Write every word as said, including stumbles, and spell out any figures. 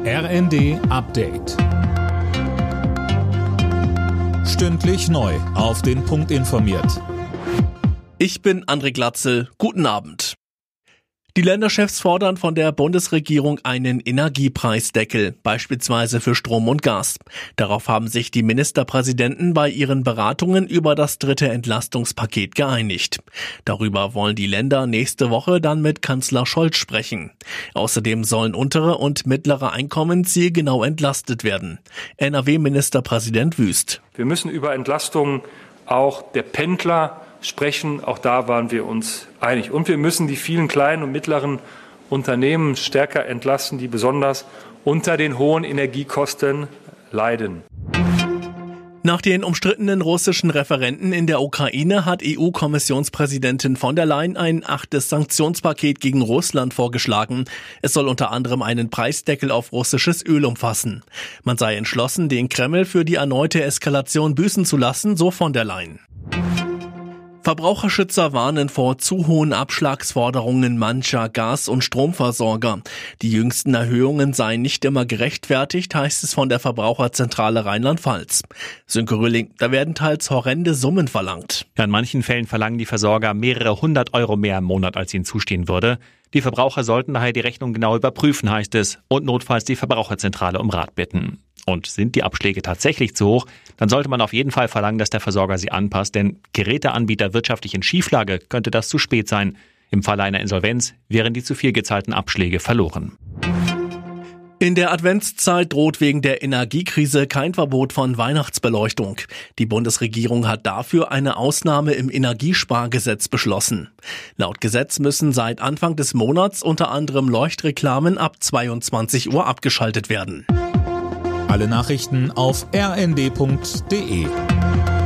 R N D Update. Stündlich neu auf den Punkt informiert. Ich bin André Glatzel. Guten Abend. Die Länderchefs fordern von der Bundesregierung einen Energiepreisdeckel, beispielsweise für Strom und Gas. Darauf haben sich die Ministerpräsidenten bei ihren Beratungen über das dritte Entlastungspaket geeinigt. Darüber wollen die Länder nächste Woche dann mit Kanzler Scholz sprechen. Außerdem sollen untere und mittlere Einkommen zielgenau entlastet werden. N R W-Ministerpräsident Wüst. Wir müssen über Entlastungen auch der Pendler sprechen. Auch da waren wir uns einig. Und wir müssen die vielen kleinen und mittleren Unternehmen stärker entlasten, die besonders unter den hohen Energiekosten leiden. Nach den umstrittenen russischen Referenden in der Ukraine hat E U-Kommissionspräsidentin von der Leyen ein achtes Sanktionspaket gegen Russland vorgeschlagen. Es soll unter anderem einen Preisdeckel auf russisches Öl umfassen. Man sei entschlossen, den Kreml für die erneute Eskalation büßen zu lassen, so von der Leyen. Verbraucherschützer warnen vor zu hohen Abschlagsforderungen mancher Gas- und Stromversorger. Die jüngsten Erhöhungen seien nicht immer gerechtfertigt, heißt es von der Verbraucherzentrale Rheinland-Pfalz. Sönke Röhling, da werden teils horrende Summen verlangt. Ja, in manchen Fällen verlangen die Versorger mehrere hundert Euro mehr im Monat, als ihnen zustehen würde. Die Verbraucher sollten daher die Rechnung genau überprüfen, heißt es, und notfalls die Verbraucherzentrale um Rat bitten. Und sind die Abschläge tatsächlich zu hoch, dann sollte man auf jeden Fall verlangen, dass der Versorger sie anpasst, denn Geräteanbieter wirtschaftlich in Schieflage könnte das zu spät sein. Im Falle einer Insolvenz wären die zu viel gezahlten Abschläge verloren. In der Adventszeit droht wegen der Energiekrise kein Verbot von Weihnachtsbeleuchtung. Die Bundesregierung hat dafür eine Ausnahme im Energiespargesetz beschlossen. Laut Gesetz müssen seit Anfang des Monats unter anderem Leuchtreklamen ab zweiundzwanzig Uhr abgeschaltet werden. Alle Nachrichten auf r n d punkt d e.